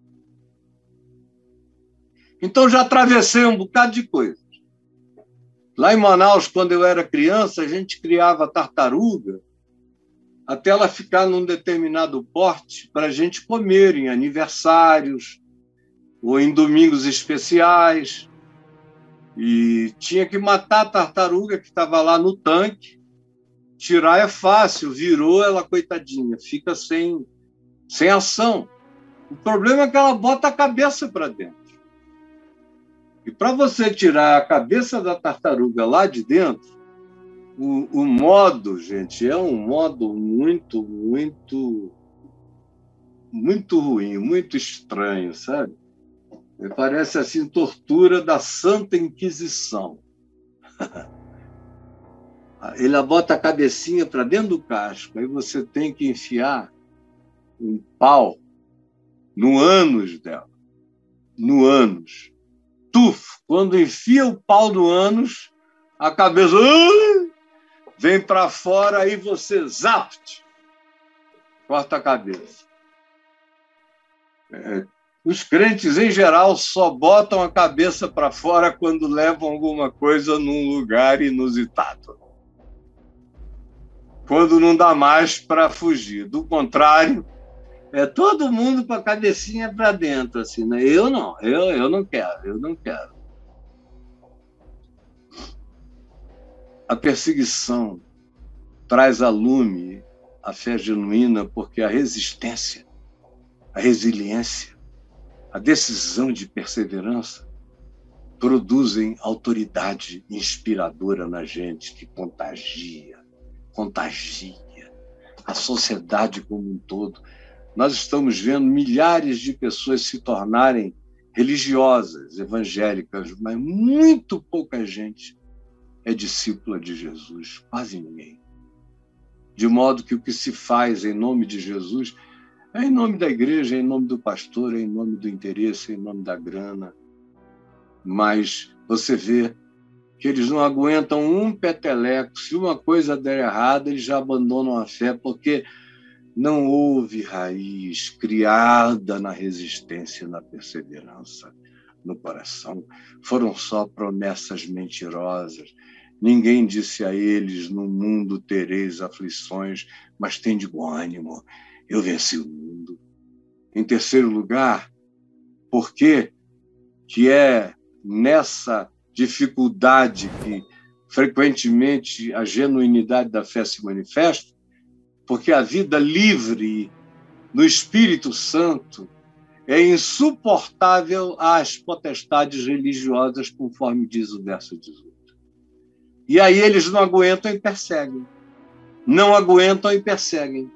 Então já atravessei um bocado de coisa. Lá em Manaus, quando eu era criança, a gente criava tartaruga até ela ficar num determinado porte para a gente comer em aniversários ou em domingos especiais. E tinha que matar a tartaruga que estava lá no tanque. Tirar é fácil, virou, ela, coitadinha, fica sem ação. O problema é que ela bota a cabeça para dentro. E para você tirar a cabeça da tartaruga lá de dentro, o modo, gente, é um modo muito, muito, muito ruim, muito estranho, sabe? Me parece assim, tortura da Santa Inquisição. Ele bota a cabecinha para dentro do casco, aí você tem que enfiar um pau no ânus dela. No ânus. Tuf! Quando enfia o pau no ânus, a cabeça vem para fora, aí você zapt, corta a cabeça. Os crentes, em geral, só botam a cabeça para fora quando levam alguma coisa num lugar inusitado. Quando não dá mais para fugir. Do contrário, é todo mundo com a cabecinha para dentro, assim, né? Eu não quero. A perseguição traz a lume a fé genuína, porque a resistência, a resiliência, a decisão de perseverança produzem autoridade inspiradora na gente que contagia a sociedade como um todo. Nós estamos vendo milhares de pessoas se tornarem religiosas, evangélicas, mas muito pouca gente é discípula de Jesus, quase ninguém. De modo que o que se faz em nome de Jesus é em nome da igreja, é em nome do pastor, é em nome do interesse, é em nome da grana. Mas você vê que eles não aguentam um peteleco. Se uma coisa der errado, eles já abandonam a fé, porque não houve raiz criada na resistência e na perseverança no coração. Foram só promessas mentirosas. Ninguém disse a eles: no mundo tereis aflições, mas tende bom ânimo, eu venci o mundo. Em terceiro lugar, porque que é nessa dificuldade que frequentemente a genuinidade da fé se manifesta, porque a vida livre no Espírito Santo é insuportável às potestades religiosas, conforme diz o verso 18. E aí eles não aguentam e perseguem. Não aguentam e perseguem.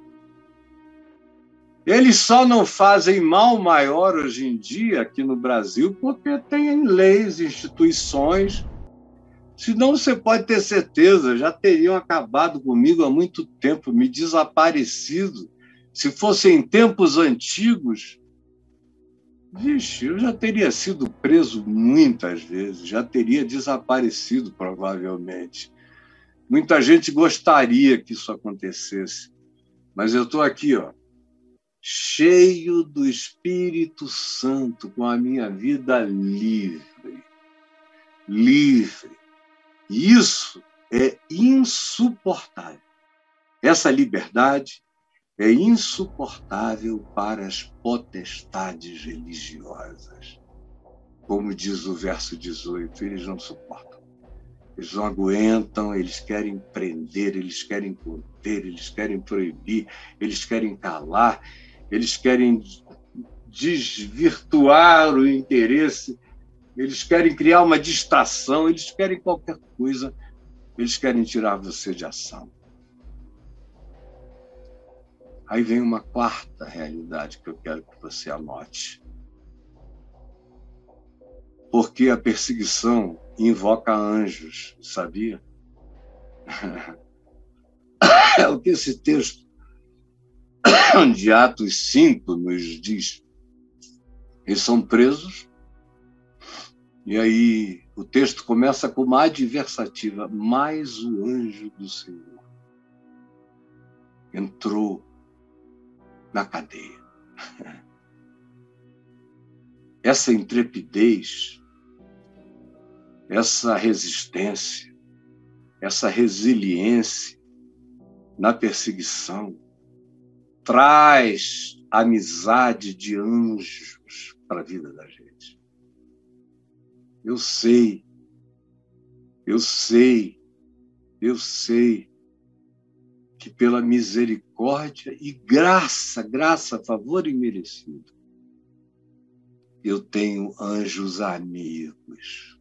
Eles só não fazem mal maior hoje em dia aqui no Brasil porque tem leis, instituições. Senão você pode ter certeza, já teriam acabado comigo há muito tempo, me desaparecido. Se fossem em tempos antigos, vixe, eu já teria sido preso muitas vezes, já teria desaparecido provavelmente. Muita gente gostaria que isso acontecesse, mas eu estou aqui, ó, cheio do Espírito Santo, com a minha vida livre. Livre. E isso é insuportável. Essa liberdade é insuportável para as potestades religiosas. Como diz o verso 18, eles não suportam. Eles não aguentam, eles querem prender, eles querem conter, eles querem proibir, eles querem calar, eles querem desvirtuar o interesse, eles querem criar uma distração, eles querem qualquer coisa, eles querem tirar você de ação. Aí vem uma quarta realidade que eu quero que você anote. Porque a perseguição invoca anjos, sabia? É o que esse texto de Atos 5 nos diz. Eles são presos, e aí o texto começa com uma adversativa, mas o anjo do Senhor entrou na cadeia. Essa intrepidez, essa resistência, essa resiliência na perseguição traz amizade de anjos para a vida da gente. Eu sei que pela misericórdia e graça, favor imerecido, eu tenho anjos amigos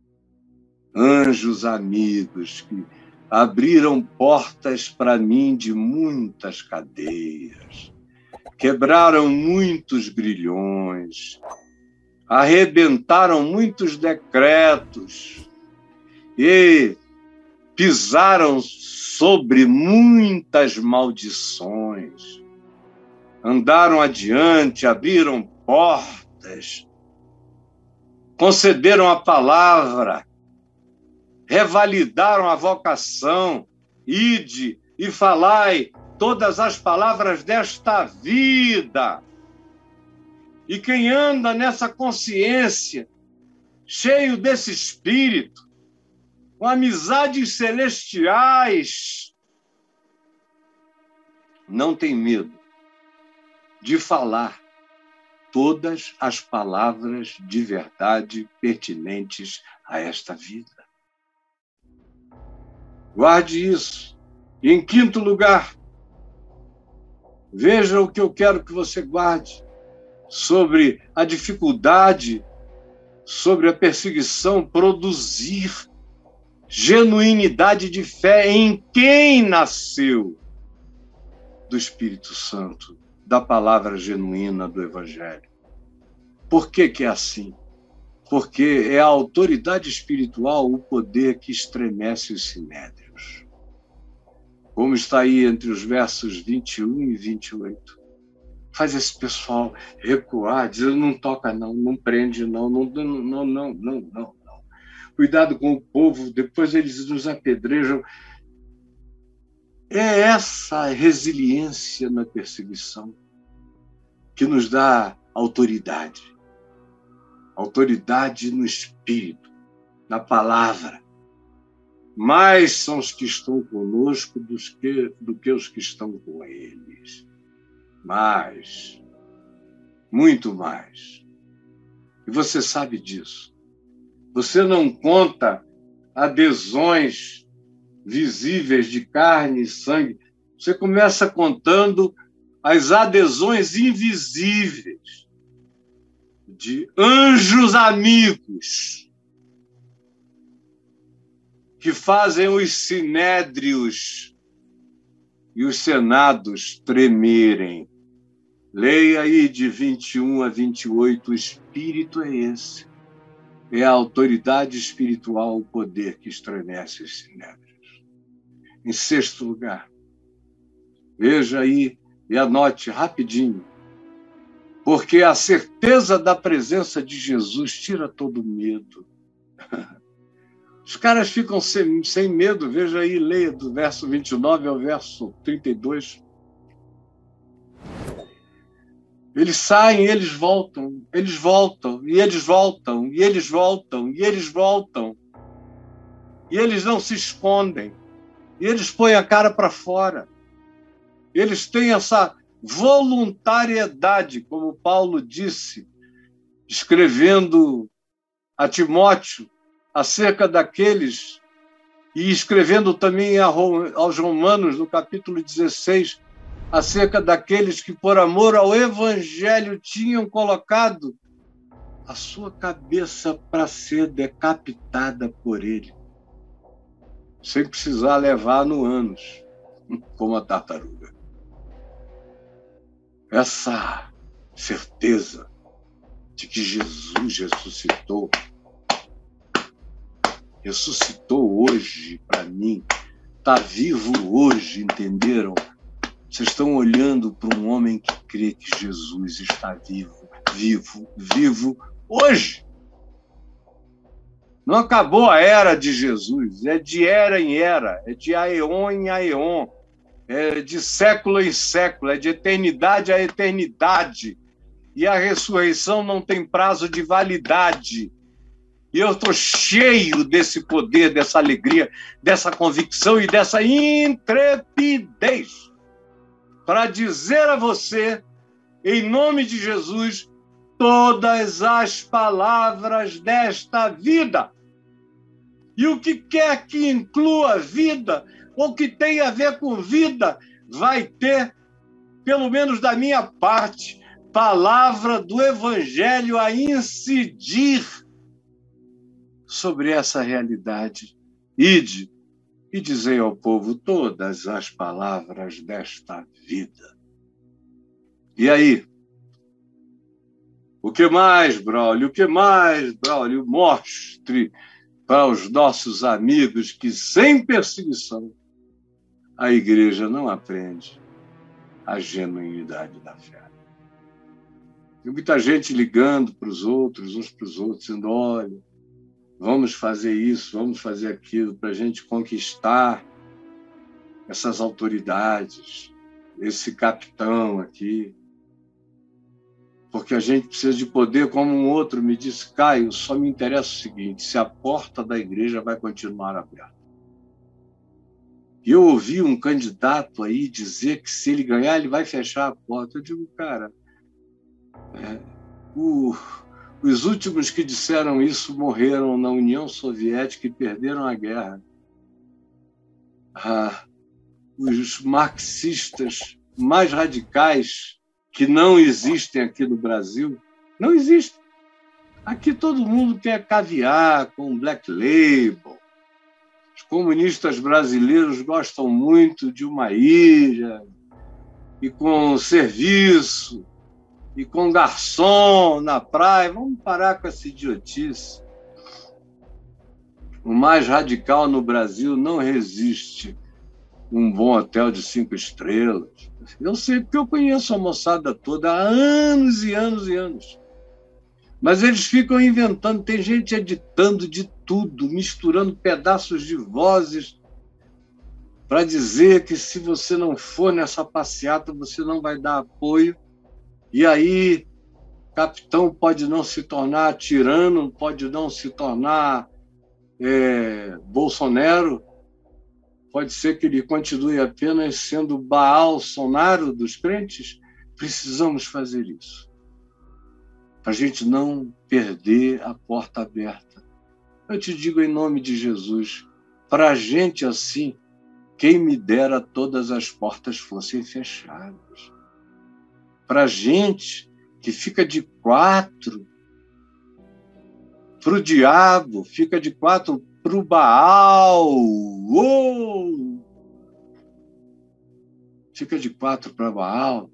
que abriram portas para mim de muitas cadeias, quebraram muitos grilhões, arrebentaram muitos decretos e pisaram sobre muitas maldições, andaram adiante, abriram portas, concederam a palavra, revalidaram a vocação, ide e falai todas as palavras desta vida. E quem anda nessa consciência, cheio desse espírito, com amizades celestiais, não tem medo de falar todas as palavras de verdade pertinentes a esta vida. Guarde isso. E, em quinto lugar, veja o que eu quero que você guarde sobre a dificuldade, sobre a perseguição, produzir genuinidade de fé em quem nasceu do Espírito Santo, da palavra genuína do Evangelho. Por que é assim? Porque é a autoridade espiritual o poder que estremece os sinédrios. Como está aí entre os versos 21 e 28. Faz esse pessoal recuar, dizer, não toca não, não prende não. Cuidado com o povo, depois eles nos apedrejam. É essa resiliência na perseguição que nos dá autoridade. Autoridade no Espírito, na palavra. Mais são os que estão conosco do que os que estão com eles. Mais. Muito mais. E você sabe disso. Você não conta adesões visíveis de carne e sangue. Você começa contando as adesões invisíveis de anjos amigos que fazem os sinédrios e os senados tremerem. Leia aí de 21 a 28, o espírito é esse. É a autoridade espiritual, o poder que estremece os sinédrios. Em sexto lugar, veja aí e anote rapidinho, porque a certeza da presença de Jesus tira todo medo. Os caras ficam sem medo. Veja aí, leia do verso 29 ao verso 32. Eles saem, eles voltam, e eles voltam, e eles voltam, e eles voltam. E eles não se escondem. E eles põem a cara para fora. Eles têm essa voluntariedade, como Paulo disse, escrevendo a Timóteo acerca daqueles, e escrevendo também aos Romanos, no capítulo 16, acerca daqueles que, por amor ao Evangelho, tinham colocado a sua cabeça para ser decapitada por ele, sem precisar levar no ânus, como a tartaruga. Essa certeza de que Jesus ressuscitou hoje para mim, está vivo hoje, entenderam? Vocês estão olhando para um homem que crê que Jesus está vivo hoje. Não acabou a era de Jesus, é de era em era, é de aeon em aeon, é de século em século, é de eternidade a eternidade. E a ressurreição não tem prazo de validade. E eu estou cheio desse poder, dessa alegria, dessa convicção e dessa intrepidez para dizer a você, em nome de Jesus, todas as palavras desta vida. E o que quer que inclua vida, ou que tenha a ver com vida, vai ter, pelo menos da minha parte, palavra do Evangelho a incidir sobre essa realidade. Ide e dizei ao povo todas as palavras desta vida. E aí? O que mais, Braulio? O que mais, Braulio? Mostre para os nossos amigos que, sem perseguição, a igreja não aprende a genuinidade da fé. Tem muita gente ligando para os outros, uns para os outros, dizendo, olha, vamos fazer isso, vamos fazer aquilo, para a gente conquistar essas autoridades, esse capitão aqui. Porque a gente precisa de poder, como um outro me disse, Caio, só me interessa o seguinte, se a porta da igreja vai continuar aberta. E eu ouvi um candidato aí dizer que se ele ganhar, ele vai fechar a porta. Eu digo, cara, os últimos que disseram isso morreram na União Soviética e perderam a guerra. Os marxistas mais radicais que não existem aqui no Brasil, não existem. Aqui todo mundo quer caviar com Black Label. Os comunistas brasileiros gostam muito de uma ilha, e com serviço, e com garçom na praia. Vamos parar com essa idiotice. O mais radical no Brasil não resiste um bom hotel de 5 estrelas. Eu sei porque eu conheço a moçada toda há anos e anos e anos. Mas eles ficam inventando, tem gente editando de tudo, misturando pedaços de vozes para dizer que se você não for nessa passeata, você não vai dar apoio. E aí, capitão pode não se tornar tirano, pode não se tornar Bolsonaro, pode ser que ele continue apenas sendo Baal-sonaro dos crentes. Precisamos fazer isso, para a gente não perder a porta aberta Eu te digo em nome de Jesus, para gente assim, quem me dera todas as portas fossem fechadas. Para gente que fica de quatro para o diabo, fica de quatro para o Baal. Uou! Fica de quatro para Baal.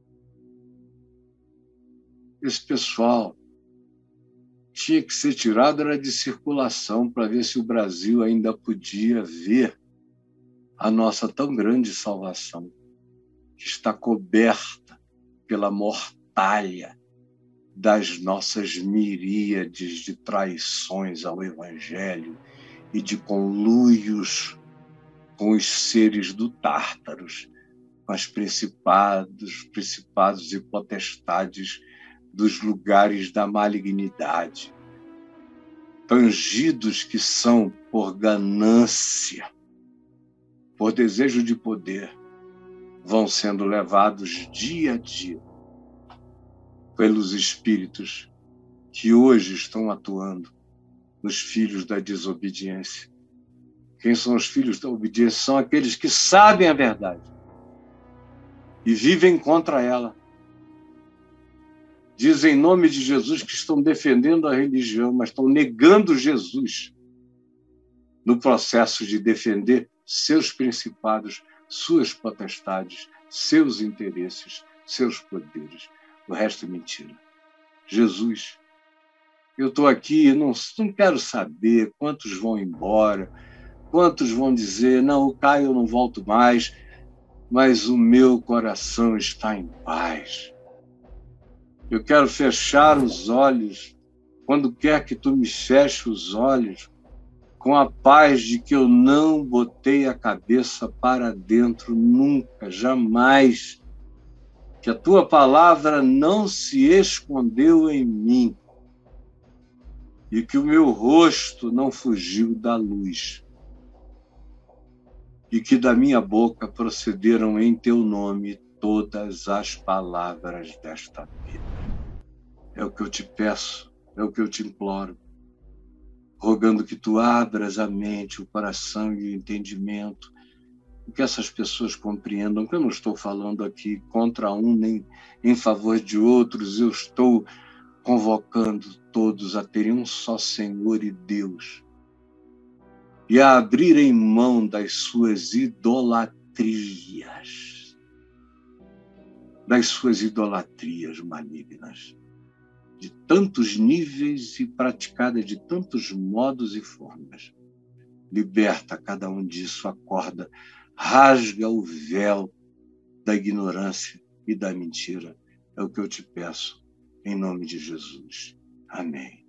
Esse pessoal tinha que ser tirado era de circulação para ver se o Brasil ainda podia ver a nossa tão grande salvação, que está coberta pela mortalha das nossas miríades de traições ao Evangelho e de conluios com os seres do Tártaros, com os principados e potestades dos lugares da malignidade, tangidos que são por ganância, por desejo de poder, vão sendo levados dia a dia pelos espíritos que hoje estão atuando nos filhos da desobediência. Quem são os filhos da obediência? São aqueles que sabem a verdade e vivem contra ela. Dizem em nome de Jesus que estão defendendo a religião, mas estão negando Jesus no processo de defender seus principados, suas potestades, seus interesses, seus poderes. O resto é mentira. Jesus, eu estou aqui, não quero saber quantos vão embora, quantos vão dizer, não, o Caio eu não volto mais, mas o meu coração está em paz. Eu quero fechar os olhos, quando quer que tu me feche os olhos, com a paz de que eu não botei a cabeça para dentro nunca, jamais, que a tua palavra não se escondeu em mim e que o meu rosto não fugiu da luz e que da minha boca procederam em teu nome todas as palavras desta vida. É o que eu te peço, é o que eu te imploro, rogando que tu abras a mente, o coração e o entendimento, e que essas pessoas compreendam que eu não estou falando aqui contra um nem em favor de outros, eu estou convocando todos a terem um só Senhor e Deus e a abrirem mão das suas idolatrias, malignas, de tantos níveis e praticada de tantos modos e formas. Liberta cada um disso, acorda, rasga o véu da ignorância e da mentira. É o que eu te peço, em nome de Jesus. Amém.